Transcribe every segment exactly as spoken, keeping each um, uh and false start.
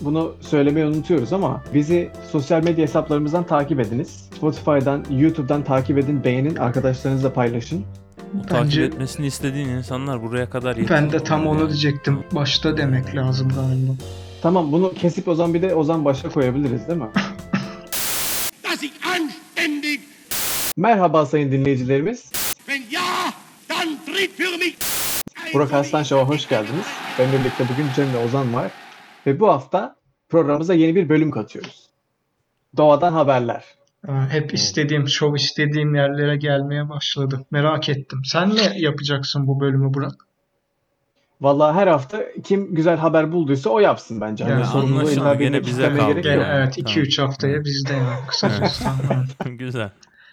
bunu söylemeyi unutuyoruz ama bizi sosyal medya hesaplarımızdan takip ediniz. Spotify'dan, YouTube'dan takip edin, beğenin, arkadaşlarınızla paylaşın. O takip Bence etmesini istediğin insanlar buraya kadar ben de tam onu yani. diyecektim. Başta demek lazım galiba. Tamam, bunu kesip o zaman bir de Ozan başa koyabiliriz değil mi? Dass ich anständig, Merhaba sayın dinleyicilerimiz. wenn ja, dann tritt für mich. Burak Arslan Show'a hoş geldiniz. Benimle birlikte bugün Cem ve Ozan var. Ve bu hafta programımıza yeni bir bölüm katıyoruz. Doğadan haberler. Ha, Hep istediğim, şov istediğim yerlere gelmeye başladı. Merak ettim. Sen ne yapacaksın bu bölümü Burak? Vallahi her hafta kim güzel haber bulduysa o yapsın bence. Yani Hani sorumluluğu anlaşıldı, illa gene benim bize kitlemeye kaldı. gerek Gene yok. evet Tamam. iki üç haftaya bizde yani kısacası. Tamam. Güzel.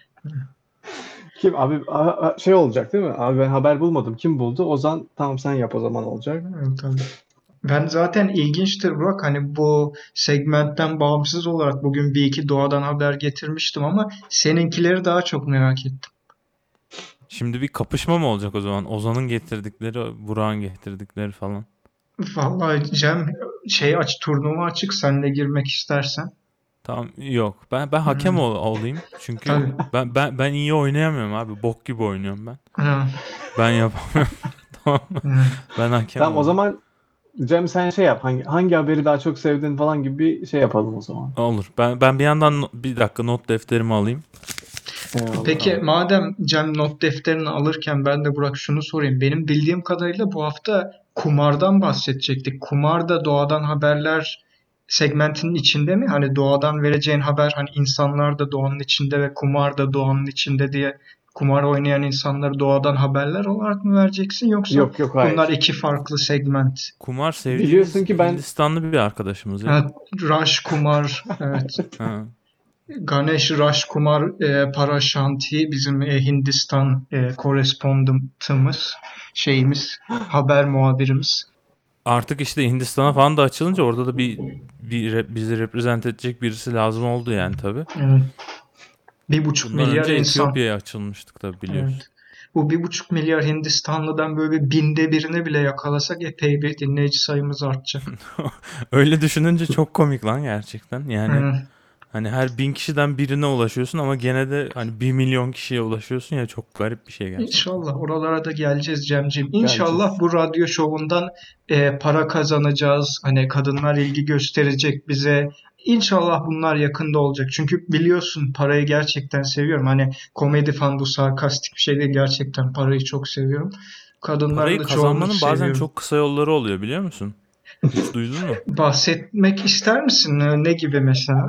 Kim abi a- a- şey olacak değil mi? Abi ben haber bulmadım. Kim buldu? Ozan tamam sen yap o zaman olacak. Evet, tabii. Ben zaten ilginçtir Burak, hani bu segmentten bağımsız olarak bugün bir iki doğadan haber getirmiştim ama seninkileri daha çok merak ettim. Şimdi bir kapışma mı olacak o zaman? Ozan'ın getirdikleri, Burak'ın getirdikleri falan. Vallahi Cem, şey aç, turnuva açık, sen de girmek istersen. Tamam, yok. Ben ben hakem ol, olayım. Çünkü Tabii. ben ben ben iyi oynayamıyorum abi. Bok gibi oynuyorum ben. Ha, Ben yapamıyorum. Tamam mı? ha. Ben hakem Tamam o olayım. zaman Cem sen şey yap. Hangi hangi haberi daha çok sevdin falan gibi bir şey yapalım o zaman. Olur. Ben ben bir yandan no- bir dakika not defterimi alayım. Eyvallah. Peki madem Cem not defterini alırken ben de Burak şunu sorayım. Benim bildiğim kadarıyla bu hafta kumardan bahsedecektik. Kumar da doğadan haberler segmentinin içinde mi? Hani doğadan vereceğin haber, hani insanlar da doğanın içinde ve kumar da doğanın içinde diye kumar oynayan insanları doğadan haberler olarak mı vereceksin, yoksa Yok yok hayır. bunlar iki farklı segment? Kumar sevdiğimiz Biliyorsun ki ben- Hindistanlı bir arkadaşımız ya. Ha, Raj Kumar, evet. Ha. Ganesh Raj Kumar e, Parashanti bizim e, Hindistan e, korespondentımız, şeyimiz, haber muhabirimiz. Artık işte Hindistan'a falan da açılınca orada da bir bir rep- bizi reprezent edecek birisi lazım oldu yani tabii. Evet. Bir buçuk Bundan milyar önce insan. Etiyopya'ya açılmıştık tabii biliyorsun. Evet. Bu bir buçuk milyar Hindistanlı'dan böyle bir binde birini bile yakalasak epey bir dinleyici sayımız artacak. Öyle düşününce çok komik lan gerçekten. Yani Evet. hani her bin kişiden birine ulaşıyorsun ama gene de hani bir milyon kişiye ulaşıyorsun ya, çok garip bir şey gerçekten. İnşallah oralara da geleceğiz Cemciğim. İnşallah Geleceğiz. bu radyo şovundan e, para kazanacağız. Hani kadınlar ilgi gösterecek bize. İnşallah bunlar yakında olacak. Çünkü biliyorsun parayı gerçekten seviyorum. Hani komedi falan, bu sarkastik bir şey değil. Gerçekten parayı çok seviyorum. Kadınların Parayı da çoğunu kazanmanın bazen seviyorum. çok kısa yolları oluyor biliyor musun? Hiç duydun mu? Bahsetmek ister misin? E, Ne gibi mesela?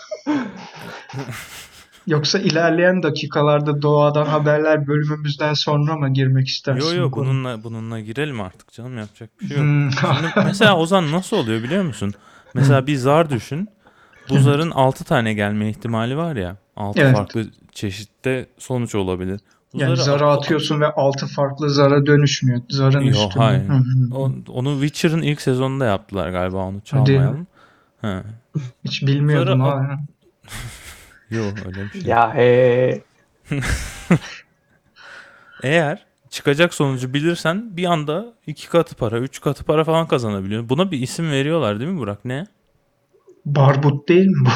Yoksa ilerleyen dakikalarda doğadan haberler bölümümüzden sonra mı girmek istersin? Yo yo bu konuya? bununla bununla girelim artık canım, yapacak bir şey yok. Hmm. Şimdi mesela Ozan nasıl oluyor biliyor musun? Mesela bir zar düşün. Bu zarın altı tane gelme ihtimali var ya. altı Evet. farklı çeşitte sonuç olabilir. Bu Yani zarı zara at- atıyorsun ve altı farklı zara dönüşmüyor. Zarın Yo üstünde. hayır. Hı hı. O- onu Witcher'ın ilk sezonunda yaptılar galiba, onu Hadi. çalmayalım. Ha. Hiç bilmiyordum Zarı ha. Yo öyle bir şey. Ya he. Eğer çıkacak sonucu bilirsen bir anda iki katı para, üç katı para falan kazanabiliyorsun. Buna bir isim veriyorlar değil mi Burak? Ne? Barbut değil mi bu?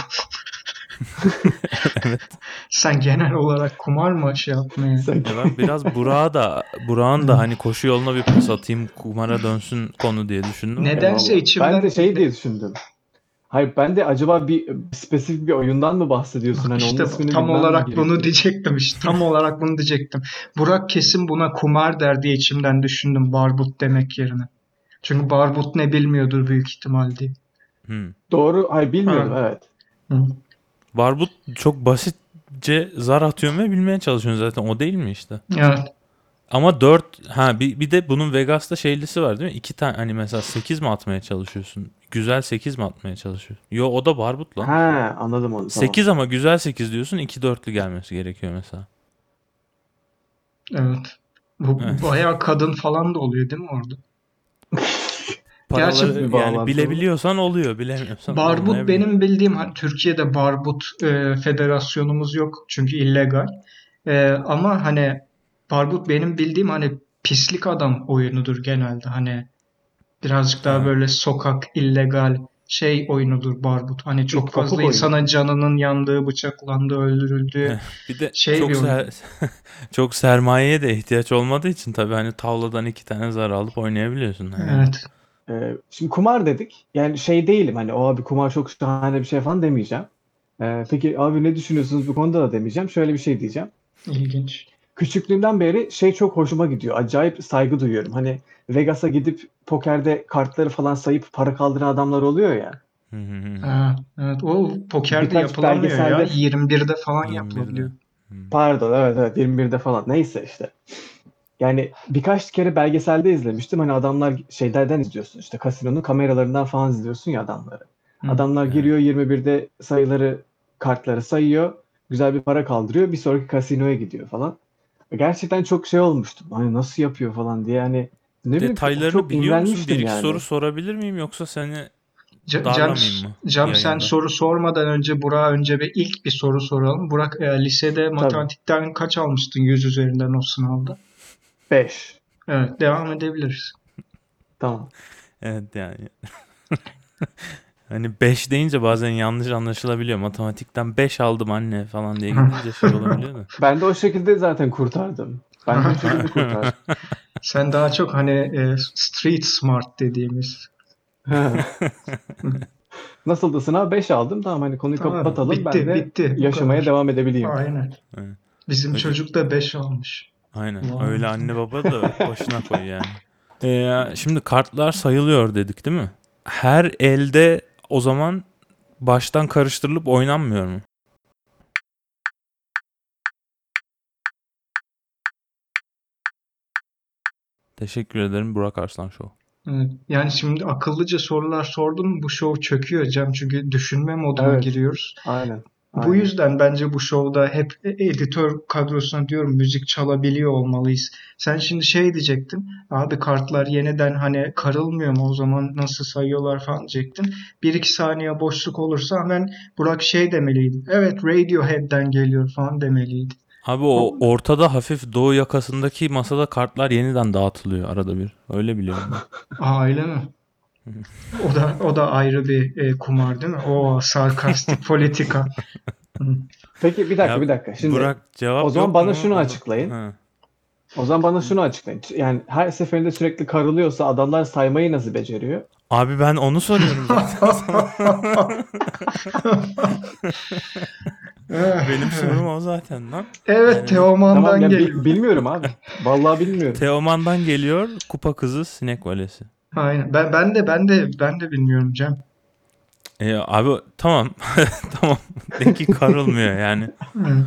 Evet. Sen genel olarak kumar mı şey yapmaya? Sen Ya ben biraz Burak'a da Burak'ın da hani koşu yoluna bir pas atayım, kumara dönsün konu diye düşündüm. ama- Nedense Eyvallah. içimden... Ben de şey diye düşündüm. Hayır ben de acaba bir spesifik bir oyundan mı bahsediyorsun? Hani onun İşte ismini tam bilmem mi olarak bunu gerekiyor? diyecektim işte. Tam olarak bunu diyecektim. Burak kesin buna kumar der diye içimden düşündüm, barbut demek yerine. Çünkü barbut ne bilmiyordur büyük ihtimal diye. Hmm. Doğru. Hayır bilmiyordum Ha. evet. Hı. Barbut çok basitçe zar atıyorsun ve bilmeye çalışıyorsun zaten, o değil mi işte? Evet. Ama dört ha bir, bir de bunun Vegas'ta şeylisi var değil mi? İki tane hani mesela sekiz mi atmaya çalışıyorsun? Güzel sekiz mi atmaya çalışıyorsun? Yo o da barbut lan. Ha anladım onu tamam. sekiz ama güzel sekiz diyorsun, iki dörtlü gelmesi gerekiyor mesela. Evet. Bu Evet. bayağı kadın falan da oluyor değil mi orada? Gerçi Paraları bir yani bağlantı bilebiliyorsan oluyor, bilemiyorsan barbut olmayabilir. benim bildiğim, hani Türkiye'de barbut e, federasyonumuz yok çünkü illegal. E, ama hani barbut benim bildiğim hani pislik adam oyunudur genelde. Hani birazcık daha Evet. böyle sokak illegal şey oyunudur Barbut. Hani çok topuk fazla oyunu. insana canının yandığı, bıçaklandığı, öldürüldüğü Bir de şey çok bir oyun. ser- çok sermayeye de ihtiyaç olmadığı için tabii hani tavladan iki tane zar alıp oynayabiliyorsun. Yani. Evet. Ee, şimdi kumar dedik. Yani şey değilim hani o abi kumar çok şahane bir şey falan demeyeceğim. Ee, peki abi ne düşünüyorsunuz bu konuda da demeyeceğim. Şöyle bir şey diyeceğim. İlginç. Küçüklüğümden beri şey çok hoşuma gidiyor. Acayip saygı duyuyorum. Hani Vegas'a gidip pokerde kartları falan sayıp para kaldıran adamlar oluyor ya. Hı hı hı. Ha, evet. O pokerde Birkaç yapılamıyor ya. belgeselde yirmi birde falan yirmi birde. yapılabiliyor. Hı. pardon evet evet yirmi birde falan neyse işte. Yani birkaç kere belgeselde izlemiştim. Hani adamlar şeylerden izliyorsun işte kasinonun kameralarından falan izliyorsun ya adamları. Hı. Adamlar Evet. giriyor yirmi birde sayıları kartları sayıyor. Güzel bir para kaldırıyor. Bir sonraki kasinoya gidiyor falan. Gerçekten çok şey olmuştum. Hani nasıl yapıyor falan diye hani ne bileyim çok, Detaylarını çok biliyor musun? Bir imrenmiştim iki yani. soru sorabilir miyim yoksa seni Ca- Cem, darlamayayım mı Cem sen yayında? soru sormadan önce Burak'a önce bir ilk bir soru soralım. Burak e, lisede Tabii. matematikten kaç almıştın yüz üzerinden o sınavda? beş. Evet, devam edebiliriz. Tamam. Evet yani. Hani beş deyince bazen yanlış anlaşılabiliyor. Matematikten beş aldım anne falan diye gidince şey olabiliyor da. Ben de o şekilde zaten kurtardım. Ben de o şekilde kurtardım. Sen daha çok hani e, street smart dediğimiz. Nasıldı sınav? beş aldım. Tamam hani konuyu Tamam, kapatalım. Ben bitti, de bitti. Bu yaşamaya kadar. devam edebileyim. Aynen. Evet. Bizim Öyle, çocuk da beş almış. aynen. Vay. Öyle anne baba da başına koy yani. Ee, şimdi kartlar sayılıyor dedik değil mi? Her elde o zaman baştan karıştırılıp oynanmıyor mu? Teşekkür ederim Burak Arslan Show. Evet. Yani şimdi akıllıca sorular sordum, bu show çöküyor Cem, çünkü düşünme moduna Evet. giriyoruz. Aynen. Bu Aynen. yüzden bence bu şovda hep editör kadrosuna diyorum müzik çalabiliyor olmalıyız. Sen şimdi şey diyecektin. Abi kartlar yeniden hani karılmıyor mu, o zaman nasıl sayıyorlar falan diyecektin. Bir iki saniye boşluk olursa hemen Burak şey demeliydi. Evet, Radiohead'den geliyor falan demeliydi. Abi o O, ortada hafif doğu yakasındaki masada kartlar yeniden dağıtılıyor arada bir. Öyle biliyorum ben. aa, öyle mi? O da o da ayrı bir e, kumar değil mi? O sarkastik politika. Hı. Peki bir dakika Ya bir dakika. Şimdi Burak o cevap zaman yok bana mu? şunu O da... açıklayın. Ha. O zaman bana şunu açıklayın. Yani her seferinde sürekli karılıyorsa adamlar saymayı nasıl beceriyor? Abi ben onu soruyorum zaten sana. Benim sorum o zaten lan. Evet, Yani na- Tamam Teoman'dan ya bi- geliyor. bilmiyorum abi. Vallahi bilmiyorum. Teoman'dan geliyor kupa kızı sinek valesi. Aynen. Ben ben de ben de ben de bilmiyorum Cem. E, abi tamam. Tamam. De ki karılmıyor yani. Hı.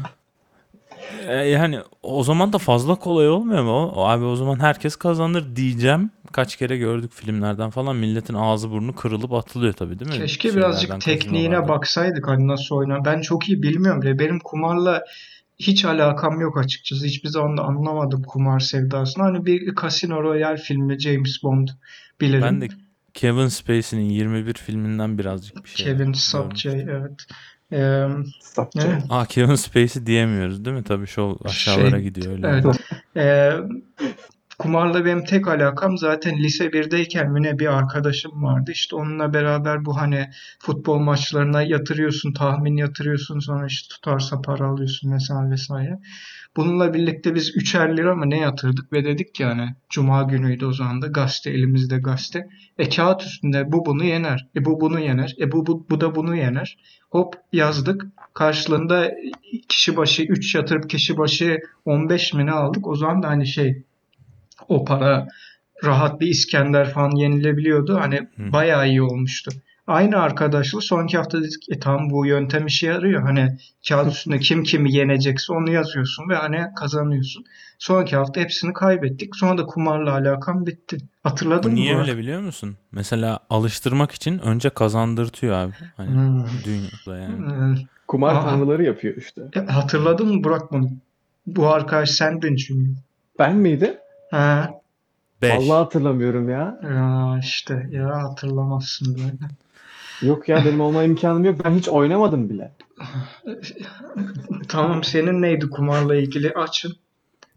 E, yani o zaman da fazla kolay olmuyor mu? O, abi o zaman herkes kazanır diyeceğim. Kaç kere gördük filmlerden falan milletin ağzı burnu kırılıp atılıyor tabii değil mi? Keşke birazcık Şeylerden, tekniğine kazinolardan. baksaydık hani nasıl oynar. Ben çok iyi bilmiyorum bile. Benim kumarla hiç alakam yok açıkçası. Hiçbir zaman da anlamadım kumar sevdasını. Hani bir Casino Royale filmi, James Bond Ben bilirim. de Kevin Spacey'nin yirmi bir filminden birazcık bir şeyler Kevin görmüştüm. Subjay, evet. Ee, Sapçı. evet. Aa Kevin Spacey diyemiyoruz değil mi? Tabii şov aşağılara Şey, gidiyor öyle evet. olunca. Ee, Kumarla benim tek alakam zaten lise birdeyken yine bir arkadaşım vardı. İşte onunla beraber bu hani futbol maçlarına yatırıyorsun, tahmin yatırıyorsun, sonra işte tutarsa para alıyorsun vesaire vesaire. Bununla birlikte biz üçer lira mı ne yatırdık ve dedik ki hani Cuma günüydü o zaman da, gazete elimizde gazete. E kağıt üstünde bu bunu yener, e bu bunu yener, e bu, bu, bu da bunu yener. Hop yazdık. Karşılığında kişi başı üç yatırıp kişi başı on beş mi ne aldık. O zaman da hani şey, o para rahat bir İskender falan yenilebiliyordu. Hani Hı hı. bayağı iyi olmuştu. Aynı arkadaşla sonraki hafta dedik e tamam, bu yöntem işe yarıyor. Hani kağıt üstünde kim kimi yenecekse onu yazıyorsun ve hani kazanıyorsun. Sonraki hafta hepsini kaybettik. Sonra da kumarla alakam bitti. Hatırladın Bu mı niye Burak? öyle biliyor musun? Mesela alıştırmak için önce kazandırtıyor abi. Hani Hmm. dünyada yani. Ee, Kumar Aa, tanrıları yapıyor işte. e, hatırladın mı Burak bunu? Bu arkadaş sendin çünkü. Ben miydi? Ha, Vallahi beş. hatırlamıyorum ya. ya işte ya, hatırlamazsın böyle. Yok ya benim olma imkanım yok. Ben hiç oynamadım bile. Tamam, senin neydi kumarla ilgili? Açın.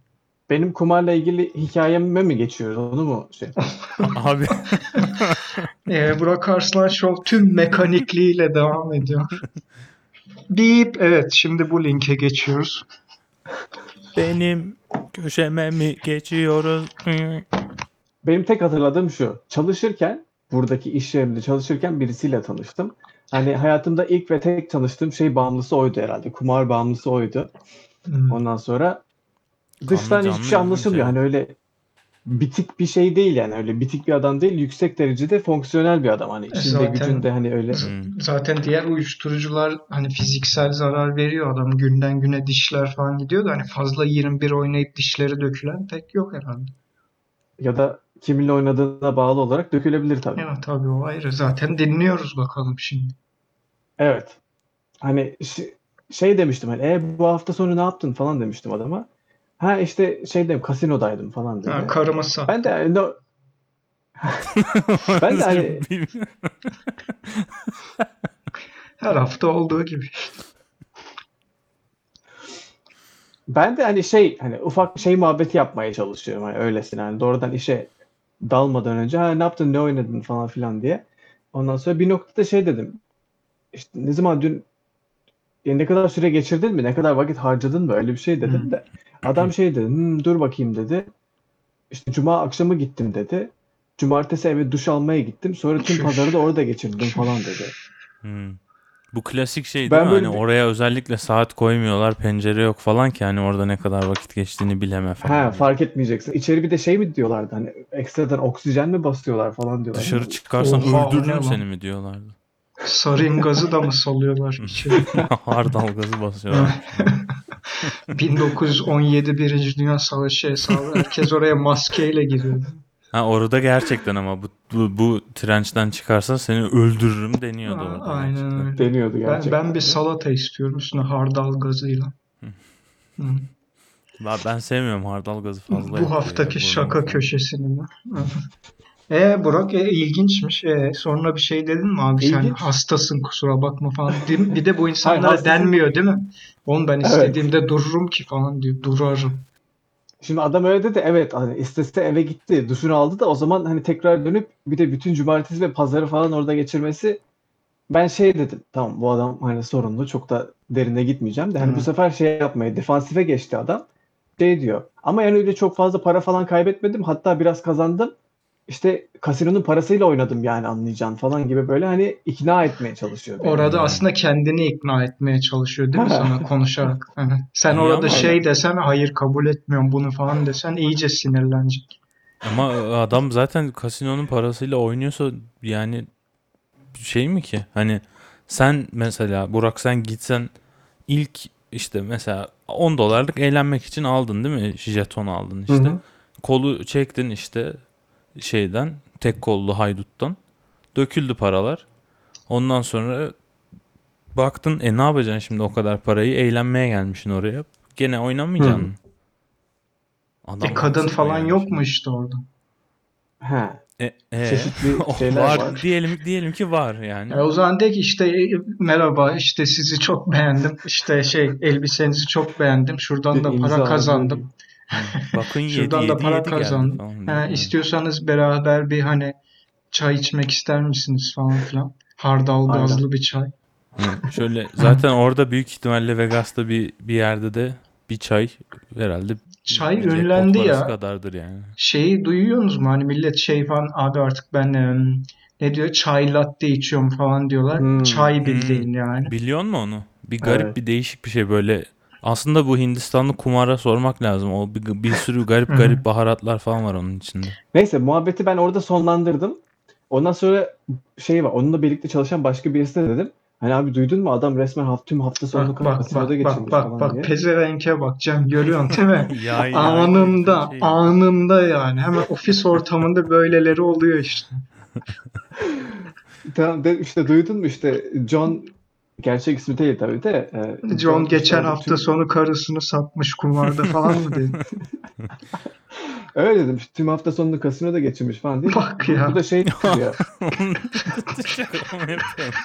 benim kumarla ilgili hikayeme mi geçiyoruz? Onu mu şey? Abi Ee, Burak Arslan Show tüm mekanikliğiyle devam ediyor. Beep. Evet, şimdi bu linke geçiyoruz. benim köşeme mi geçiyoruz? Benim tek hatırladığım şu. Çalışırken, buradaki iş yerimde çalışırken birisiyle tanıştım. Hani hayatımda ilk ve tek tanıştığım şey bağımlısı oydu herhalde. Kumar bağımlısı oydu. Hmm. Ondan sonra Kanlı dıştan canlı hiçbir şey ilginç, anlaşılmıyor. evet. Hani öyle bitik bir şey değil yani. Öyle bitik bir adam değil. Yüksek derecede fonksiyonel bir adam. Hani içinde Zaten- gücünde hani öyle. Hmm. Zaten diğer uyuşturucular hani fiziksel zarar veriyor, adam günden güne dişler falan gidiyor da hani fazla yirmi bir oynayıp dişleri dökülen pek yok herhalde. Ya da kiminle oynadığına bağlı olarak dökülebilir tabii. Evet, tabii o ayrı. Zaten dinliyoruz bakalım şimdi. Evet. Hani şi- şey demiştim hani e, bu hafta sonu ne yaptın falan demiştim adama. Ha işte şey dedim kasinodaydım falan dedi. Ha, karımı sattı. Ben de hani no- Ben de hani- Her hafta olduğu gibi. ben de hani şey hani ufak şey muhabbeti yapmaya çalışıyorum hani öylesine hani doğrudan işe dalmadan önce ha ne yaptın ne oynadın falan filan diye. Ondan sonra bir noktada şey dedim. İşte ne zaman dün ya ne kadar süre geçirdin mi? Ne kadar vakit harcadın mı? Öyle bir şey dedim Hı. de. Adam şey dedi. "Hmm, dur bakayım dedi. İşte cuma akşamı gittim dedi. Cumartesi eve duş almaya gittim. Sonra tüm Çüş. pazarı da orada geçirdim falan dedi. Hmm. Bu klasik şey değil Ben mi? böyle Hani bir- oraya özellikle saat koymuyorlar, pencere yok falan ki hani orada ne kadar vakit geçtiğini bileme falan. Ha fark etmeyeceksin. İçeri bir de şey mi diyorlardı hani ekstradan oksijen mi basıyorlar falan diyorlar. Dışarı çıkarsan Oha, o ne öldürürüm lan? seni mi diyorlardı. Sarin gazı da mı salıyorlar içeri? Hardal gazı basıyorlar. bin dokuz yüz on yedi Birinci Dünya Savaşı hesabı. Herkes oraya maskeyle giriyor. Ha orada gerçekten ama bu bu, bu trençten çıkarsa seni öldürürüm deniyordu Aa, orada aynen gerçekten. öyle. Deniyordu Ben, gerçekten. ben bir de. salata istiyorum üstüne hardal gazıyla. Hı. Ben, ben sevmiyorum hardal gazı fazla Bu yakıyor ya, haftaki burnumu şaka falan. köşesini mi? E Burak, e, ilginçmiş. E, sonra bir şey dedin mi abi, sen İlginç. hastasın kusura bakma falan. Değil- Bir de bu Hayır, insanlara hastasın. denmiyor değil mi? Oğlum ben Evet. istediğimde dururum ki falan diyor. Durarım. Şimdi adam öyle dedi evet hani istese eve gitti duşunu aldı da o zaman hani tekrar dönüp bir de bütün cumartesi ve pazarı falan orada geçirmesi ben şey dedim tamam bu adam hani sorunlu çok da derine gitmeyeceğim de hani Hı. bu sefer şey yapmaya defansife geçti adam şey diyor ama yani öyle çok fazla para falan kaybetmedim hatta biraz kazandım işte kasinonun parasıyla oynadım yani anlayacağın falan gibi böyle hani ikna etmeye çalışıyor beni. Orada Hmm. aslında kendini ikna etmeye çalışıyor değil mi sana konuşarak? Hı hı. Sen İyi orada ama- şey desen, hayır kabul etmiyorum bunu falan desen iyice sinirlenecek. Ama adam zaten kasinonun parasıyla oynuyorsa yani şey mi ki? Hani sen mesela Burak sen gitsen ilk işte mesela on dolarlık eğlenmek için aldın değil mi? Jeton aldın Hı işte. hı. Kolu çektin işte şeyden tek kollu hayduttan. Döküldü paralar. Ondan sonra baktın e ne yapacaksın şimdi o kadar parayı? Eğlenmeye gelmişsin oraya. Gene oynamayacaksın Hı. mı? Adam E kadın haksız mı falan yani yok şimdi? mu işte orada? He. E, e? Çeşitli şeyler var. var. Diyelim diyelim ki var yani. E o zaman de ki işte e, merhaba, işte sizi çok beğendim. İşte şey, elbisenizi çok beğendim. Şuradan Bir da para imza kazandım. Hı. Bakın yedi Şuradan da yedi para yedi geldi kazandım. falan diye. Ha, istiyorsanız beraber bir hani çay içmek ister misiniz falan filan. Hardal Aynen. gazlı bir çay. Hı. Şöyle zaten orada büyük ihtimalle Vegas'ta bir bir yerde de bir çay herhalde Çay bir cep pot ünlendi parası ya. kadardır yani. Şeyi duyuyorsunuz mu? Hani millet şey falan, abi artık ben em, ne diyor, çay latte içiyorum falan diyorlar. Hmm. Çay bildiğin yani. Biliyor musun onu? Bir garip Evet. bir değişik bir şey böyle. Aslında bu Hindistanlı kumara sormak lazım. O bir, bir sürü garip Hı hı. garip baharatlar falan var onun içinde. Neyse muhabbeti ben orada sonlandırdım. Ondan sonra şey var. Onunla birlikte çalışan başka birisine dedim. Hani abi duydun mu adam resmen hafta, tüm hafta sonunu Bak bak kasinoda bak bak geçirmiş bak falan bak diye. pezevenke bak Cem, görüyorsun değil mi? Ya ya Anında şey. anında yani hemen ofis ortamında böyleleri oluyor işte. Tamam de, işte duydun mu işte John gerçek ismi değil tabii de e, John John işte geçen orada hafta tüm sonu karısını satmış kumarda falan mı dedi? öyle dedim işte tüm hafta sonunu kasinoda geçirmiş falan diye. Bak Bu, ya. bu da şey diyor. Şaka mı yapıyorsun?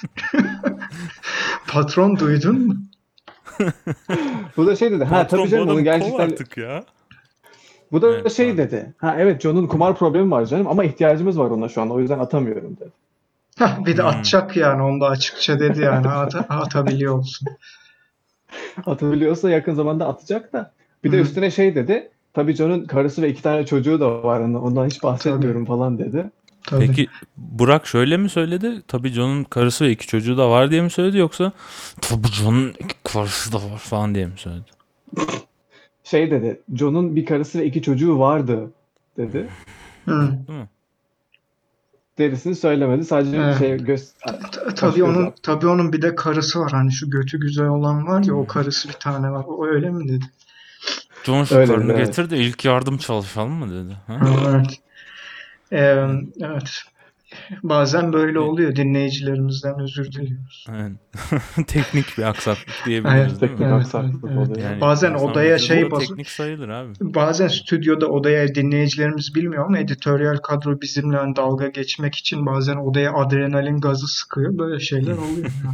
Patron duydun mu? Bu da şey dedi. Ha tabii Patron bu canım onu adamı kov gerçekten artık ya. Bu da Evet, şey abi. dedi. Ha evet, John'un kumar problemi var canım ama ihtiyacımız var ona şu an. O yüzden atamıyorum dedi. Hah, bir de Hmm. atacak yani, onu da açıkça dedi yani, at, atabiliyor olsun. Atabiliyorsa yakın zamanda atacak da. Bir de Hı. üstüne şey dedi. Tabii John'un karısı ve iki tane çocuğu da var. Ondan ondan hiç bahsetmiyorum falan dedi. Tabii. Peki Burak şöyle mi söyledi? Tabii John'un karısı ve iki çocuğu da var diye mi söyledi, yoksa tabii John'un iki karısı da var falan diye mi söyledi? Şey dedi. John'un bir karısı ve iki çocuğu vardı dedi. Hı. Değil mi? Derisini söylemedi. Sadece Evet. şey göz Ta- kaş Tabii göz onun yaptı. tabii onun bir de karısı var. Hani şu götü güzel olan var ya, o karısı bir tane var. O öyle mi dedi? John şu Öyle karını dedi, evet. getir de ilk yardım çalışalım mı dedi. Ha? Evet. Ee, evet. Bazen böyle Bir- oluyor. Dinleyicilerimizden özür diliyoruz. Evet. Teknik bir aksaklık Evet, diyebiliriz değil mi? Teknik evet, evet, aksaklık evet. oluyor. Yani Bazen insan odaya vücudu şey da baz teknik sayılır abi. bazen stüdyoda odaya, dinleyicilerimiz bilmiyor ama editoryal kadro bizimle hani dalga geçmek için bazen odaya adrenalin gazı sıkıyor. Böyle şeyler oluyor. Yani.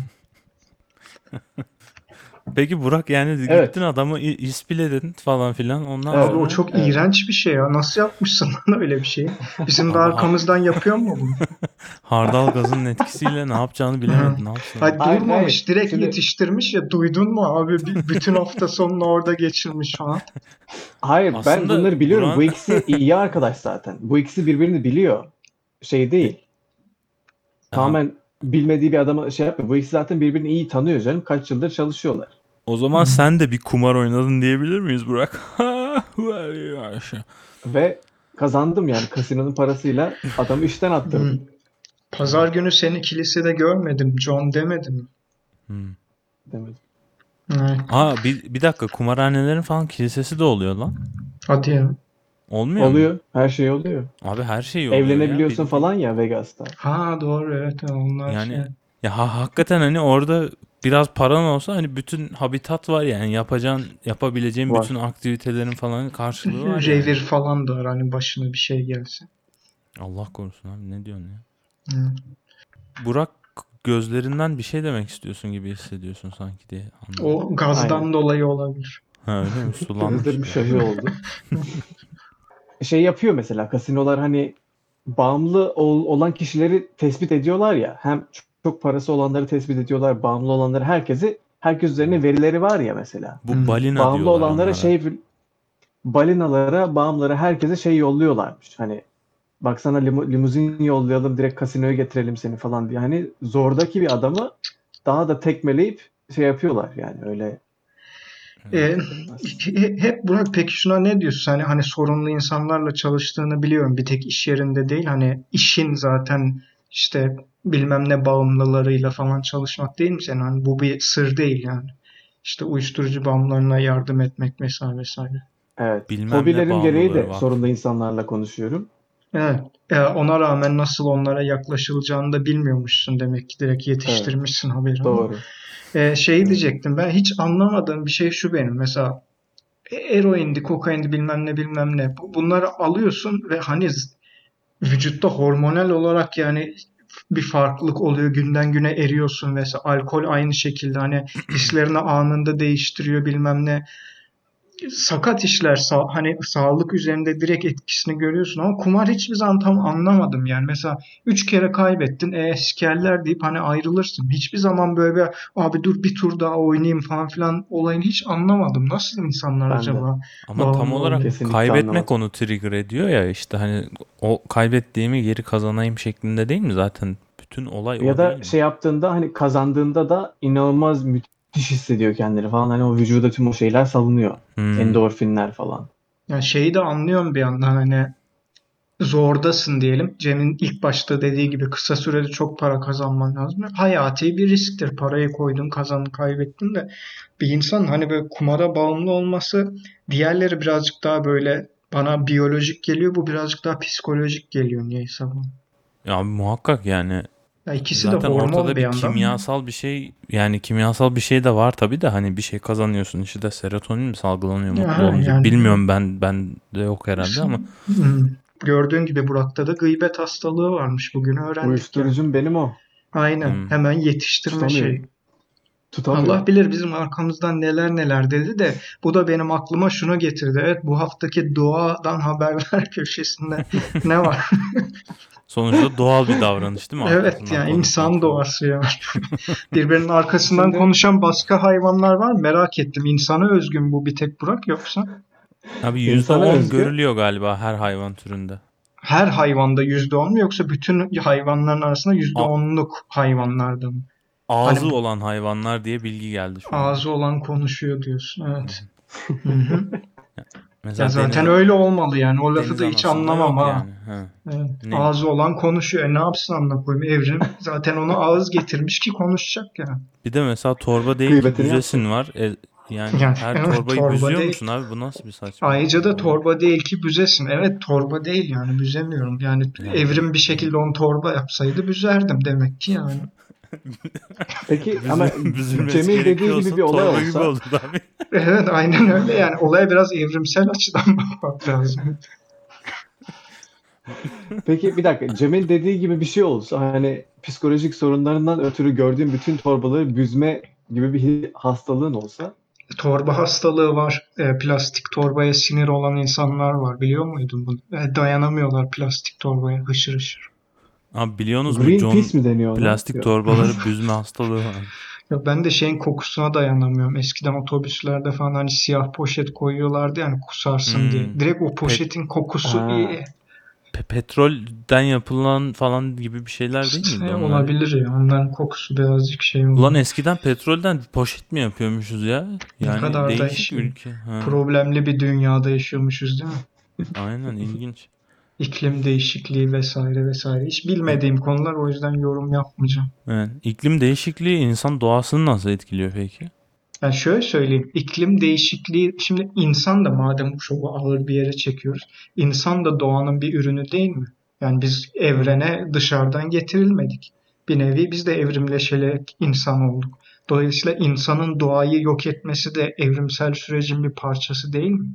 Peki Burak, yani gittin Evet. adamı i- ispiledin falan filan, ondan Abi Evet. o sonra çok Evet. iğrenç bir şey ya. Nasıl yapmışsın lan öyle bir şeyi? Bizim de abi ha- arkamızdan yapıyor mu bunu? hardal gazının etkisiyle ne yapacağını Hı. bilemedi. Ne yapsın adam? Hayır, Hayır hayır. durmamış, direkt Şimdi yetiştirmiş ya, duydun mu abi? B- bütün hafta sonunu orada geçirmiş falan. hayır, ben Aslında bunları biliyorum. Bu Burak'ın ikisi iyi arkadaş zaten. Bu ikisi birbirini biliyor. Şey değil. Aha, Tamamen bilmediği bir adama şey yapmıyor. Bu ikisi zaten birbirini iyi tanıyor canım. Kaç yıldır çalışıyorlar. o zaman Hı. sen de bir kumar oynadın diyebilir miyiz Burak? Ve kazandım yani, kasinonun parasıyla adamı işten Hı. attırdım. Pazar günü seni kilisede görmedim. John demedim. Hmm. Demedim. Evet. Aa, bir, bir dakika, kumarhanelerin falan kilisesi de oluyor lan. Hadi ya. Olmuyor mu? Oluyor. Her şey oluyor. Abi her şey oluyor ya. Evlenebiliyorsun Bildiğin. falan ya Vegas'ta. Ha doğru, evet, onlar şey. Yani ya ha- hakikaten hani orada biraz paran olsa hani bütün habitat var yani, yapacağın yapabileceğin bütün Var. aktivitelerin falan karşılığı var yani. Revir falan da var hani, başına bir şey gelse. Allah korusun abi, ne diyorsun ya? Hı. Burak, gözlerinden bir şey demek istiyorsun gibi hissediyorsun sanki diye anladım. O Aynen. gazdan dolayı olabilir. Ha, öyle mi? Sulanmış Gözlerim göz. şaşı oldu. Şey yapıyor mesela, kasinolar hani bağımlı ol- olan kişileri tespit ediyorlar ya. Hem çok parası olanları tespit ediyorlar, bağımlı olanları, herkesi, herkes üzerine verileri var ya mesela. Bu Hı. balina Bağımlı diyorlar olanlara onlara. şey, balinalara, bağımlılara, herkese şey yolluyorlarmış. Hani baksana, limu- limuzin yollayalım, direkt kasinoya getirelim seni falan diye. Hani zordaki bir adamı daha da tekmeleyip şey yapıyorlar yani, öyle E, nasıl denmez. he- hep Burak, peki şuna ne diyorsun? Hani, hani sorunlu insanlarla çalıştığını biliyorum. Bir tek iş yerinde değil. Hani işin zaten işte bilmem ne bağımlılarıyla falan çalışmak değil mi senin? Hani bu bir sır değil yani. İşte uyuşturucu bağımlılarına yardım etmek vesaire vesaire. Evet. Bilmem ne Fobilerim gereği bağımlıları de sorunlu vakfı. insanlarla konuşuyorum. Evet. E, ona rağmen nasıl onlara yaklaşılacağını da bilmiyormuşsun demek ki. Direkt Evet. yetiştirmişsin haberi ama. Doğru. E, şey Evet. diyecektim, ben hiç anlamadığım bir şey şu benim. Mesela e, eroindi, kokaindi, bilmem ne bilmem ne. Bu- Bunları alıyorsun ve hani z- vücutta hormonal olarak yani bir farklılık oluyor. Günden güne eriyorsun mesela. Alkol aynı şekilde hani hislerini anında değiştiriyor bilmem ne. Sakat işler, sa- hani sağlık üzerinde direkt etkisini görüyorsun ama kumar hiçbir zaman tam anlamadım yani. Mesela üç kere kaybettin, e sikerler deyip hani ayrılırsın. Hiçbir zaman böyle bir, abi dur bir tur daha oynayayım falan filan olayını hiç anlamadım. Nasıl insanlar Ben de. acaba Ama tam bağımlı olarak oluyor? Kesinlikle kaybetmek anlamadım. onu trigger ediyor ya, işte hani o kaybettiğimi geri kazanayım şeklinde değil mi zaten? Bütün olay Ya o değil da mi? şey yaptığında, hani kazandığında da inanılmaz müthiş hissediyor kendini falan. Hani o vücuda tüm o şeyler salınıyor. Hmm. Endorfinler falan. Yani şeyi de anlıyorum bir yandan, hani zordasın diyelim. Cem'in ilk başta dediği gibi kısa sürede çok para kazanman lazım. Hayati bir risktir. Parayı koydun, kazandın, kaybettin de bir insan hani böyle kumara bağımlı olması, diğerleri birazcık daha böyle bana biyolojik geliyor. Bu birazcık daha psikolojik geliyor niyeyse bana. Ya muhakkak yani, Ya ikisi de zaten hormon ortada bir bir yandan. kimyasal bir şey, yani kimyasal bir şey de var tabii de, hani bir şey kazanıyorsun, işte de serotonin mi salgılanıyor mutlu Ya olunca, yani bilmiyorum, ben ben de yok herhalde ama hmm, gördüğün gibi Burak'ta da gıybet hastalığı varmış. Bugün öğrendik yani. Uyuşturucum benim o. Aynen. hmm, Hemen yetiştirme Tutamıyorum. şey. Tutamıyor. Allah bilir bizim arkamızdan neler neler dedi de bu da benim aklıma şunu getirdi. Evet, bu haftaki doğadan haberler köşesinde ne var? Sonuçta doğal bir davranış değil mi? Evet, Arkasından yani konuşmak insan falan. doğası ya. Birbirinin arkasından Şimdi- konuşan başka hayvanlar var mı? Merak ettim. İnsana özgün bu bir tek Burak, yoksa? Abi yüzde İnsana on özgü. görülüyor galiba her hayvan türünde. Her hayvanda yüzde on mu, yoksa bütün hayvanların arasında yüzde onluk hayvanlarda mı? Ağzı Hani- olan hayvanlar diye bilgi geldi şu an. Ağzı olan konuşuyor diyorsun. Evet. Hı hı. Mesela Ya zaten deniz- öyle olmalı yani. O lafı deniz da hiç anasında anlamam yok ha. yani. Ha. Evet. Ne? Ağzı olan konuşuyor. E ne yapsın amına koyayım, evrim. Zaten onu ağız getirmiş ki konuşacak ya. Bir de mesela torba değil ki Kıymetini büzesin var. E, yani Yani her evet, torbayı torba büzüyor değil. musun abi? Bu nasıl bir saçma? Ayrıca da torba değil ki büzesin. Evet, torba değil yani, büzemiyorum. Yani Yani- evrim bir şekilde onu torba yapsaydı büzerdim demek ki yani. Peki ama Büzülmesi Cem'in dediği gerekiyorsa gibi bir olay torba gibi olsa olurdu abi. Evet, aynen öyle yani. Olaya biraz evrimsel açıdan bakmak lazım. peki bir dakika Cem'in dediği gibi bir şey olsa hani psikolojik sorunlarından ötürü gördüğün bütün torbaları büzme gibi bir hi- hastalığın olsa Torba hastalığı var. E, plastik torbaya sinir olan insanlar var. Biliyor muydun bunu? E, dayanamıyorlar plastik torbaya, hışır hışır. Abi biliyorsunuz mu John Greenpeace mi deniyor ona? plastik Yok. torbaları büzme hastalığı var. Ya ben de şeyin kokusuna dayanamıyorum. Eskiden otobüslerde falan hani siyah poşet koyuyorlardı yani, kusarsın Hmm. diye. Direkt o poşetin kokusu Ha. iyi. Pe- petrolden yapılan falan gibi bir şeyler değil miydi E, onlar? olabilir ya. Onların kokusu birazcık şey oluyor. Ulan eskiden petrolden poşet mi yapıyormuşuz ya? Yani kadar da değişik işi- ülke. Ha, Problemli bir dünyada yaşıyormuşuz değil mi? aynen ilginç. İklim değişikliği vesaire vesaire. Hiç bilmediğim konular, o yüzden yorum yapmayacağım. Evet. İklim değişikliği insan doğasını nasıl etkiliyor peki? Yani şöyle söyleyeyim, iklim değişikliği, şimdi insan da, madem çok ağır bir yere çekiyoruz, insan da doğanın bir ürünü değil mi? Yani biz evrene dışarıdan getirilmedik. Bir nevi biz de evrimleşerek insan olduk. Dolayısıyla insanın doğayı yok etmesi de evrimsel sürecin bir parçası değil mi?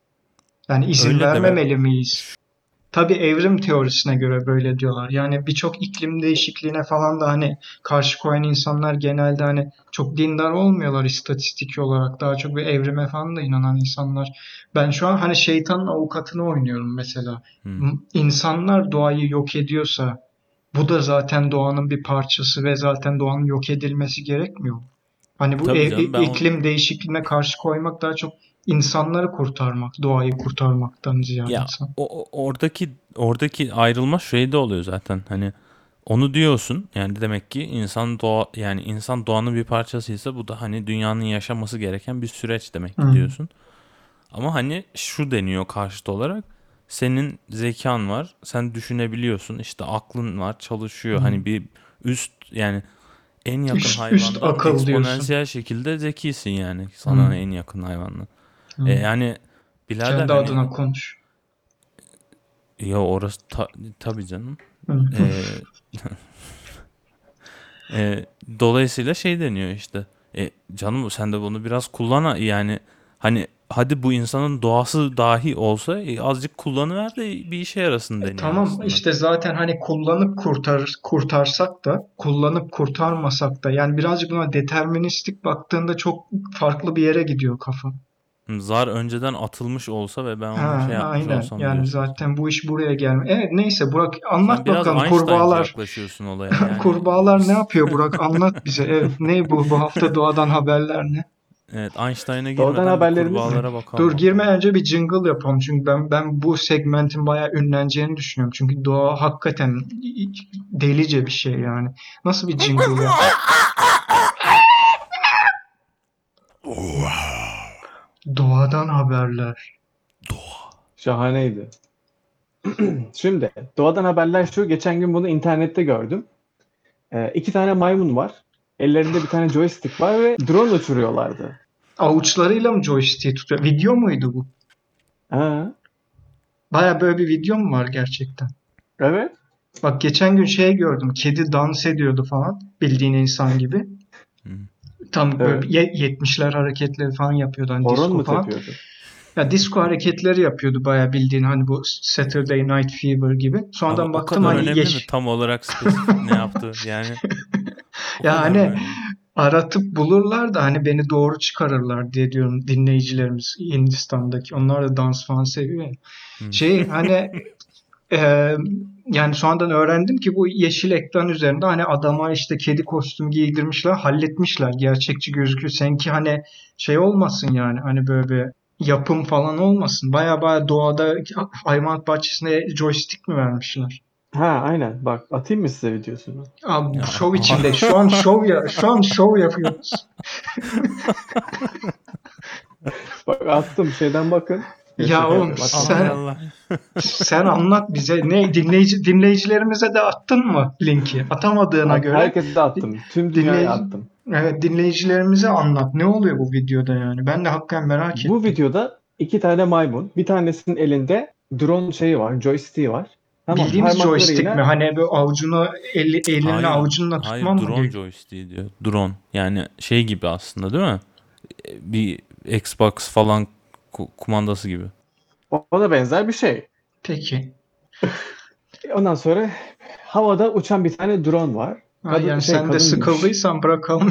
Yani izin Öyle de vermemeli miyiz? Tabii evrim teorisine göre böyle diyorlar. Yani birçok iklim değişikliğine falan da hani karşı koyan insanlar genelde hani çok dindar olmuyorlar istatistik olarak. Daha çok bir evrime falan da inanan insanlar. Ben şu an hani şeytanın avukatını oynuyorum mesela. Hmm. İnsanlar doğayı yok ediyorsa bu da zaten doğanın bir parçası ve zaten doğanın yok edilmesi gerekmiyor mu? Hani bu Tabii e- canım, e- ben iklim değişikliğine karşı koymak daha çok insanları kurtarmak, doğayı kurtarmaktan ziyade. Ya sanırım. o, o- oradaki oradaki ayrılma şey de oluyor zaten. Hani onu diyorsun. Yani demek ki insan doğa yani insan doğanın bir parçasıysa bu da hani dünyanın yaşaması gereken bir süreç demek ki Hı. diyorsun. Ama hani şu deniyor karşıt olarak. Senin zekan var. Sen düşünebiliyorsun. İşte aklın var. Çalışıyor. Hı. Hani bir üst yani en yakın Üst- hayvandan üst akıl eksponansiyel şekilde zekisin yani. Sana Hı. en yakın hayvandan. Hı. E yani birader Kendi hani adına konuş. ya orası ta, tabii canım. Hı. Ee, e, dolayısıyla şey deniyor işte. E, canım sen de bunu biraz kullana yani hani hadi bu insanın doğası dahi olsa e, azıcık kullanıver de bir işe yarasın deniyor Tamam, aslında. işte zaten hani kullanıp kurtar kurtarsak da kullanıp kurtarmasak da, yani birazcık buna deterministik baktığında çok farklı bir yere gidiyor kafa. Zar önceden atılmış olsa ve ben onu Ha, şey yapmış aynen. olsam Yani diyorsun. zaten bu iş buraya gelme. Evet, neyse Burak, Sen anlat biraz bakalım, Einstein'cı kurbağalar yaklaşıyorsun olaya yani. kurbağalar ne yapıyor Burak? Anlat bize. Evet, ne bu bu hafta doğadan haberler ne? Evet, Einstein'a Doğadan girmeden bir haberlerimiz- kurbağalara bakalım. Dur, girme, önce bir jingle yapalım. Çünkü ben ben bu segmentin bayağı ünleneceğini düşünüyorum. Çünkü doğa hakikaten delice bir şey yani. Nasıl bir jingle yap? Doğadan haberler. Şahaneydi. Şimdi doğadan haberler şu. Geçen gün bunu internette gördüm. Ee, iki tane maymun var. Ellerinde bir tane joystick var ve drone uçuruyorlardı. Avuçlarıyla mı joystick'i tutuyor? Video muydu bu? Ha, Baya böyle bir video mu var gerçekten? evet. Bak, geçen gün şey gördüm. Kedi dans ediyordu falan. Bildiğin insan gibi. Hı. Tam böyle Evet. ye- yetmişler hareketleri falan yapıyordu. Hani Horon disco mu falan. tepiyordu? Ya disco hareketleri yapıyordu bayağı, bildiğin hani bu Saturday Night Fever gibi. Sonradan Abi o baktım kadar hani önemli yeş... mi tam olarak spesifik ne yaptı yani? O Ya kadar hani mı önemli? aratıp bulurlar da hani beni doğru çıkarırlar diye diyorum dinleyicilerimiz Hindistan'daki. Onlar da dans falan seviyor ya. Hı. Şey hani e, yani sonradan öğrendim ki bu yeşil ekran üzerinde hani adama işte kedi kostümü giydirmişler, halletmişler. Gerçekçi gözüküyor. Seninki hani şey olmasın yani hani böyle bir yapım falan olmasın. Baya baya doğada hayvanat bahçesinde joystick mi vermişler? Ha aynen. Bak atayım mı size videosunu? Abi bu Ya, şov içinde. Şu an şov ya şu an şov yapıyoruz. Bak attım şeyden bakın. Yok Ya şaka oğlum yapıyorum. Aman Atmadım. sen Allah. sen anlat bize. Ne dinleyici dinleyicilerimize de attın mı linki? Atamadığına At, göre herkese attım. Tüm dünyaya dinleyici attım. evet dinleyicilerimize anlat. Ne oluyor bu videoda yani? Ben de hakikaten merak Bu ettim. videoda iki tane maymun. Bir tanesinin elinde drone şeyi var. Joystick'i var. Tamam Bildiğimiz joystick mi? parmaklarıyla Hani böyle avucunu eli, elinle Hayır. avucunla Hayır, tutman mı drone gerekiyor? joystick diyor. Drone. Yani şey gibi aslında değil mi? E, Bir Xbox falan ku- kumandası gibi. ona benzer bir şey. Peki. Ondan sonra havada uçan bir tane drone var. Ha, Kadın yani şey sen de kadınmış. sıkıldıysan bırakalım.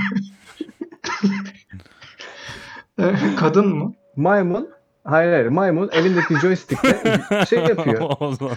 Kadın mı? Maymun hayır hayır maymun elindeki joystick'le şey yapıyor. O zaman.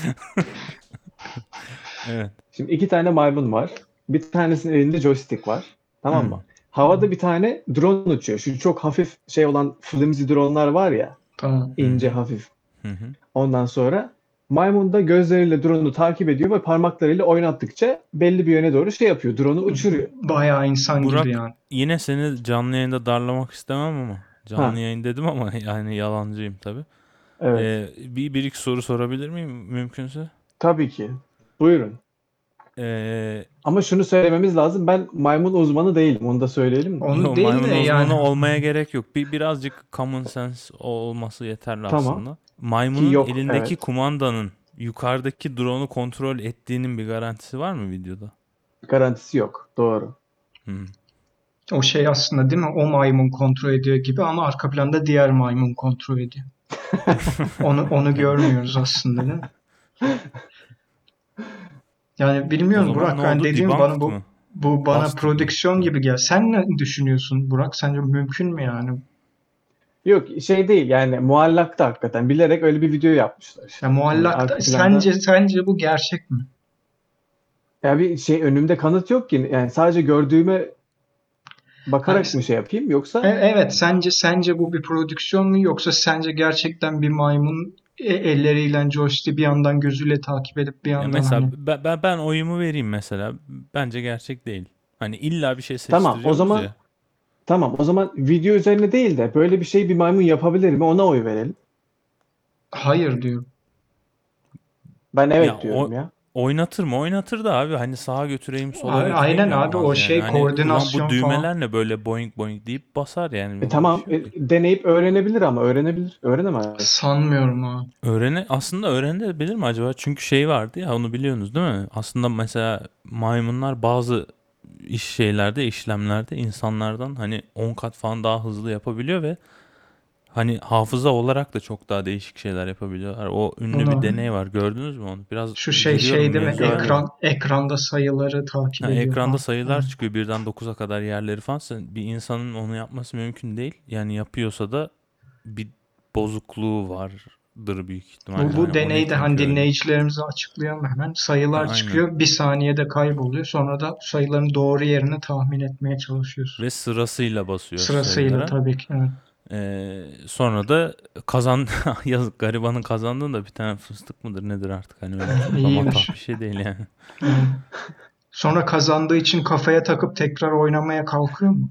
Evet. Şimdi iki tane maymun var. Bir tanesinin elinde joystick var. Tamam Hı. mı? Havada bir tane drone uçuyor. Şu çok hafif şey olan flimsy drone'lar var ya. Tamam. Hı İnce hı. hafif. Hı hı. Ondan sonra maymun da gözleriyle drone'u takip ediyor ve parmaklarıyla oynattıkça belli bir yöne doğru şey yapıyor. Drone'u uçuruyor. Bayağı insan gibi Burak, yani. yine seni canlı yayında darlamak istemem ama canlı Ha, yayın dedim ama yani yalancıyım tabii. evet. Ee, bir, bir iki soru sorabilir miyim mümkünse? Tabii ki. Buyurun. Ee, Ama şunu söylememiz lazım. Ben maymun uzmanı değilim. Onu da söyleyelim mi? Onu yo, değil de maymun yani uzmanı olmaya gerek yok. Bir birazcık common sense olması yeterli Tamam. aslında. Ki Maymunun yok. elindeki Evet. kumandanın yukarıdaki drone'u kontrol ettiğinin bir garantisi var mı videoda? Garantisi yok. Doğru. Hmm. o şey aslında değil mi? O maymun kontrol ediyor gibi ama arka planda diğer maymun kontrol ediyor. Onu onu görmüyoruz aslında değil mi? Yani O bilmiyorum zaman ne Burak. Yani oldu? dediğim bana Debunked bu mı? bu bana Busted mı? prodüksiyon Ha. gibi gel. Sen ne düşünüyorsun Burak? Sence mümkün mü yani? Yok şey değil yani muallakta hakikaten. Bilerek öyle bir video yapmışlar. Ya Hani muallakta arka planda sence sence bu gerçek mi? ya bir şey önümde kanıt yok ki. Yani sadece gördüğüme Hayır, bakarak mı şey yapayım E- yoksa Evet, sence sence bu bir prodüksiyon mu yoksa sence gerçekten bir maymun e- elleriyle joystick'i bir yandan gözüyle takip edip bir Ya yandan mesela hani ben, ben, ben oyumu vereyim mesela. Bence gerçek değil. Hani illa bir şey tamam o seçtiriyoruz zaman ya. tamam o zaman video üzerine değil de böyle bir şey bir maymun yapabilir mi ona oy verelim. hayır diyor. Ben Ya evet o diyorum ya. oynatır mı? Oynatır da abi. Hani sağa götüreyim, sola A- Aynen götüreyim abi o yapmaz yani. şey Hani ulan bu koordinasyon falan. düğmeler ne böyle boing boing deyip basar yani. E Bunda bir tamam şey yok e, ki. deneyip öğrenebilir ama öğrenebilir. Öğrenemez. Sanmıyorum ha. Öğrene aslında öğrenebilir mi acaba? Çünkü şey vardı ya, onu biliyorsunuz değil mi? Aslında mesela maymunlar bazı iş şeylerde, işlemlerde insanlardan hani on kat falan daha hızlı yapabiliyor ve hani hafıza olarak da çok daha değişik şeyler yapabiliyorlar. O ünlü bir Onu deney var. Gördünüz mü onu? Biraz şu şey giriyorum şey değil mi? mevzuya da. Görmedim. Ekran ekranda sayıları takip Ha, ediyor ekranda falan. sayılar Hı. çıkıyor birden dokuza kadar yerleri falan. Sen- Bir insanın onu yapması mümkün değil. Yani yapıyorsa da bir bozukluğu vardır büyük Bu ihtimalle. Hani bu o net deneyde hani çünkü öyle. dinleyicilerimize açıklayalım hemen. Ha, Sayılar aynen. çıkıyor, bir saniyede kayboluyor. Sonra da sayıların doğru yerini tahmin etmeye çalışıyoruz. Ve sırasıyla basıyor Sırasıyla sayılara. tabii ki. Evet. Ee, sonra da kazan yazık garibanın kazandığında da bir tane fıstık mıdır nedir artık, hani öyle çok da matah İyiymiş. bir şey değil yani. Evet. Sonra kazandığı için kafaya takıp tekrar oynamaya kalkıyor mu?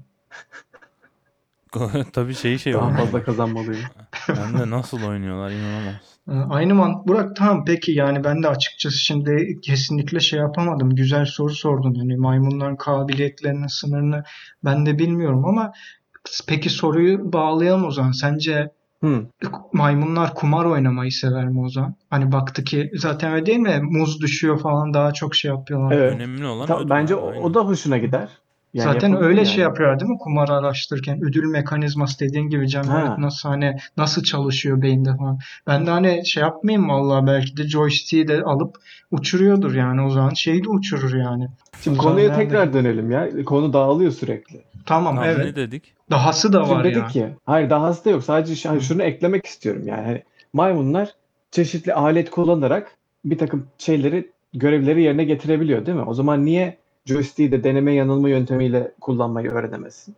Tabii şey şey Daha fazla oynuyorlar. kazanmalıyım. Hem de nasıl oynuyorlar, inanamaz. Ee, Aynı man Burak tamam peki yani ben de açıkçası şimdi kesinlikle şey yapamadım. Güzel soru sordun. Hani maymunların kabiliyetlerinin sınırını ben de bilmiyorum ama peki soruyu bağlayalım o zaman. Sence Hı. maymunlar kumar oynamayı sever mi o zaman? Hani baktı ki zaten öyle değil mi? Muz düşüyor falan daha çok şey yapıyorlar. Evet. Önemli olan Ta- ödül bence abi, o, o aynen. da hoşuna gider. Yani Zaten yapabilir öyle yani. şey yapıyor değil mi? Kumar araştırırken ödül mekanizması dediğin gibi Cem Ha. Mehmet nasıl hani nasıl çalışıyor beyinde falan. Ben de hani şey yapmayayım vallahi belki de joystick'i de alıp uçuruyordur yani o zaman şeyi de uçurur yani. Şimdi O zaman konuya nerede? tekrar dönelim ya. Konu dağılıyor sürekli. Tamam Tamam evet. ne dedik? Dahası da Şimdi var dedik yani. ki hayır dahası da yok. Sadece şu- hani Hı. şunu eklemek istiyorum yani. Hani maymunlar çeşitli alet kullanarak bir takım şeyleri, görevleri yerine getirebiliyor değil mi? O zaman niye joystick'i de deneme yanılma yöntemiyle kullanmayı öğrenemezsin?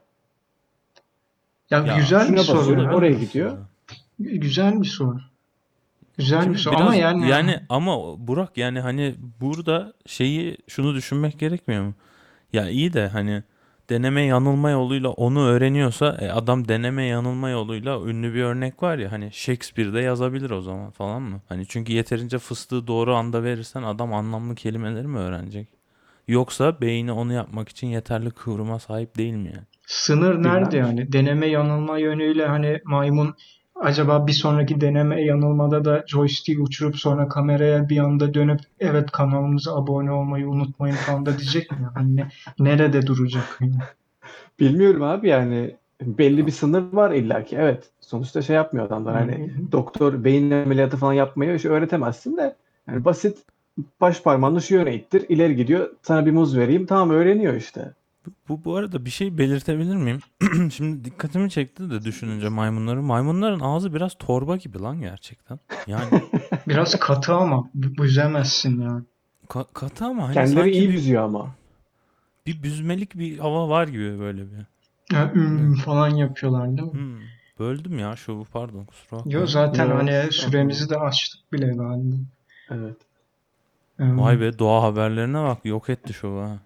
Ya Ya güzel bir Şuna soru basıyor, ya. oraya olabilir gidiyor. aslında. Güzel bir soru. Güzel bir Şimdi soru ama biraz yani yani ama Burak yani hani burada şeyi şunu düşünmek gerekmiyor mu? Ya iyi de hani deneme yanılma yoluyla onu öğreniyorsa e, adam deneme yanılma yoluyla ünlü bir örnek var ya hani Shakespeare'de yazabilir o zaman falan mı? Hani çünkü yeterince fıstığı doğru anda verirsen adam anlamlı kelimeleri mi öğrenecek? Yoksa beyni onu yapmak için yeterli kıvrıma sahip değil mi yani? sınır nerede Bilmem. yani? Deneme yanılma yönüyle hani maymun acaba bir sonraki deneme yanılmada da joystick'i uçurup sonra kameraya bir anda dönüp evet kanalımıza abone olmayı unutmayın falan da diyecek mi? Hani ne- nerede duracak yani? Bilmiyorum abi yani belli bir sınır var illaki. Evet. Sonuçta şey yapmıyor adamlar. Hani Hı. doktor beyin ameliyatı falan yapmayı şey öğretemezsin de yani basit baş parmağını şu yöne ittir, ileri gidiyor. Sana bir muz vereyim. Tamam öğreniyor işte. Bu bu arada bir şey belirtebilir miyim? Şimdi dikkatimi çekti de düşününce maymunları. Maymunların ağzı biraz torba gibi lan gerçekten. Yani Biraz katı ama bu- büzemezsin yani. ka- katı ama hani Kendileri sanki iyi bir büzüyor ama. bir büzmelik bir hava var gibi böyle bir. Ya, Ne? üm falan yapıyorlar değil mi? Hmm. Böldüm ya şovu pardon kusura Yo bakmayın. zaten Yo, hani estağfurullah. süremizi de açtık bile galiba. Evet. Vay Em, be doğa haberlerine bak yok etti şovu ha.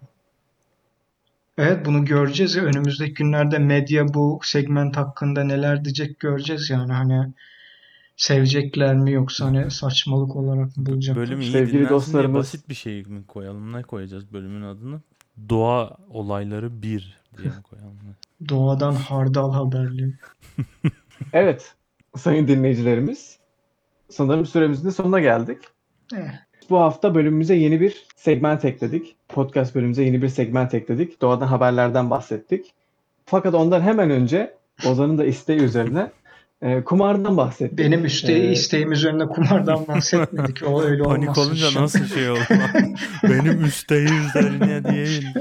Evet bunu göreceğiz ya önümüzdeki günlerde medya bu segment hakkında neler diyecek göreceğiz yani hani sevecekler mi yoksa hani saçmalık olarak mı B- bulacaklar? bölümü iyi Sevgili dinlensin diye dostlarımız, basit bir şey mi koyalım? Ne koyacağız bölümün adını? Doğa olayları bir diye mi koyalım? Doğadan hardal haberleri. evet sayın dinleyicilerimiz, sanırım süremizin de sonuna geldik. Eh, Bu hafta bölümümüze yeni bir segment ekledik. Podcast bölümümüze yeni bir segment ekledik. Doğadan haberlerden bahsettik. Fakat ondan hemen önce Ozan'ın da isteği üzerine e, kumardan benim bahsettik. üste E, isteğim üzerine kumardan bahsetmedik. O öyle Panik olmaz olunca Hüsam. nasıl şey oldu lan? Benim üsteği üzerine değil.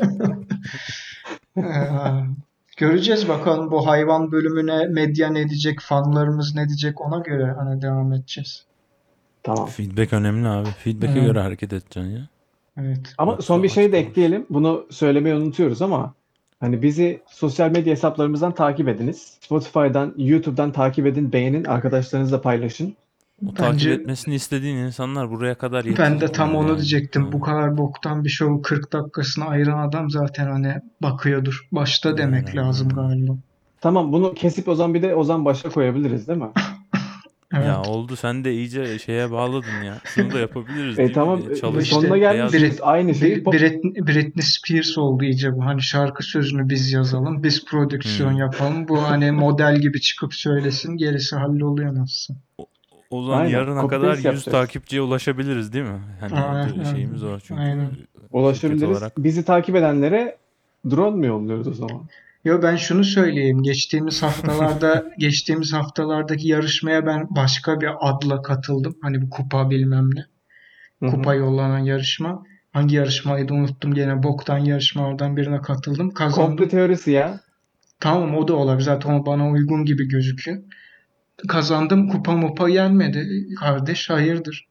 Ee, Göreceğiz bakalım bu hayvan bölümüne medya ne diyecek, fanlarımız ne diyecek ona göre hani devam edeceğiz. tamam. Feedback önemli abi. Feedback'e Evet, göre hareket edeceksin ya. evet. Ama son bir Yoksa şey aç de kalırsın. ekleyelim. Bunu söylemeyi unutuyoruz ama hani bizi sosyal medya hesaplarımızdan takip ediniz. Spotify'dan, YouTube'dan takip edin, beğenin, arkadaşlarınızla paylaşın. O takip Bence etmesini istediğin insanlar buraya kadar ben de tam yetirtmiyor onu yani. diyecektim. Bu Ha, kadar boktan bir şovu kırk dakikasına ayıran adam zaten hani bakıyordur. Başta demek herhalde lazım öyle. galiba. Tamam bunu kesip o zaman bir de Ozan başa koyabiliriz değil mi? Ya Evet. oldu sen de iyice şeye bağladın ya. Şunu da yapabiliriz E değil mi tamam diye. Bu e, sonuna Çalışır işte beyaz gelmişiz. Brit, Aynı şeyi Bi- pop. Britney, Britney Spears oldu iyice bu. Hani şarkı sözünü biz yazalım, biz prodüksiyon Hmm. yapalım. Bu hani model gibi çıkıp söylesin, gerisi halloluyor nasıl. O, o zaman Aynen. yarına Copy kadar paste yüz yapacağız. takipçiye ulaşabiliriz değil mi? Hani d- Aynen. şeyimiz o çünkü Aynen. şirket Ulaşabiliriz. olarak. Bizi takip edenlere drone mu yolluyoruz o zaman? Yo ben şunu söyleyeyim. Geçtiğimiz haftalarda geçtiğimiz haftalardaki yarışmaya ben başka bir adla katıldım. Hani bu kupa bilmem ne. Hı Kupa hı. yollanan yarışma. Hangi yarışmaydı unuttum. Gene boktan yarışmalardan birine katıldım. Komple Kazandım. teorisi ya. Tamam o da olabilir. Zaten o bana uygun gibi gözüküyor. Kazandım. Kupa mupa gelmedi. Kardeş hayırdır.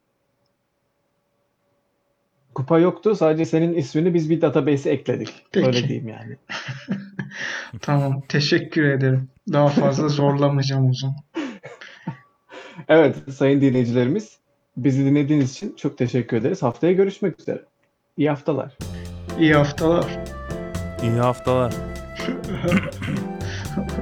Kupa yoktu. Sadece senin ismini biz bir database'e ekledik. Öyle Peki. diyeyim yani. Tamam. Teşekkür ederim. Daha fazla zorlamayacağım o zaman. Evet sayın dinleyicilerimiz. Bizi dinlediğiniz için çok teşekkür ederiz. Haftaya görüşmek üzere. İyi haftalar. İyi haftalar. İyi haftalar.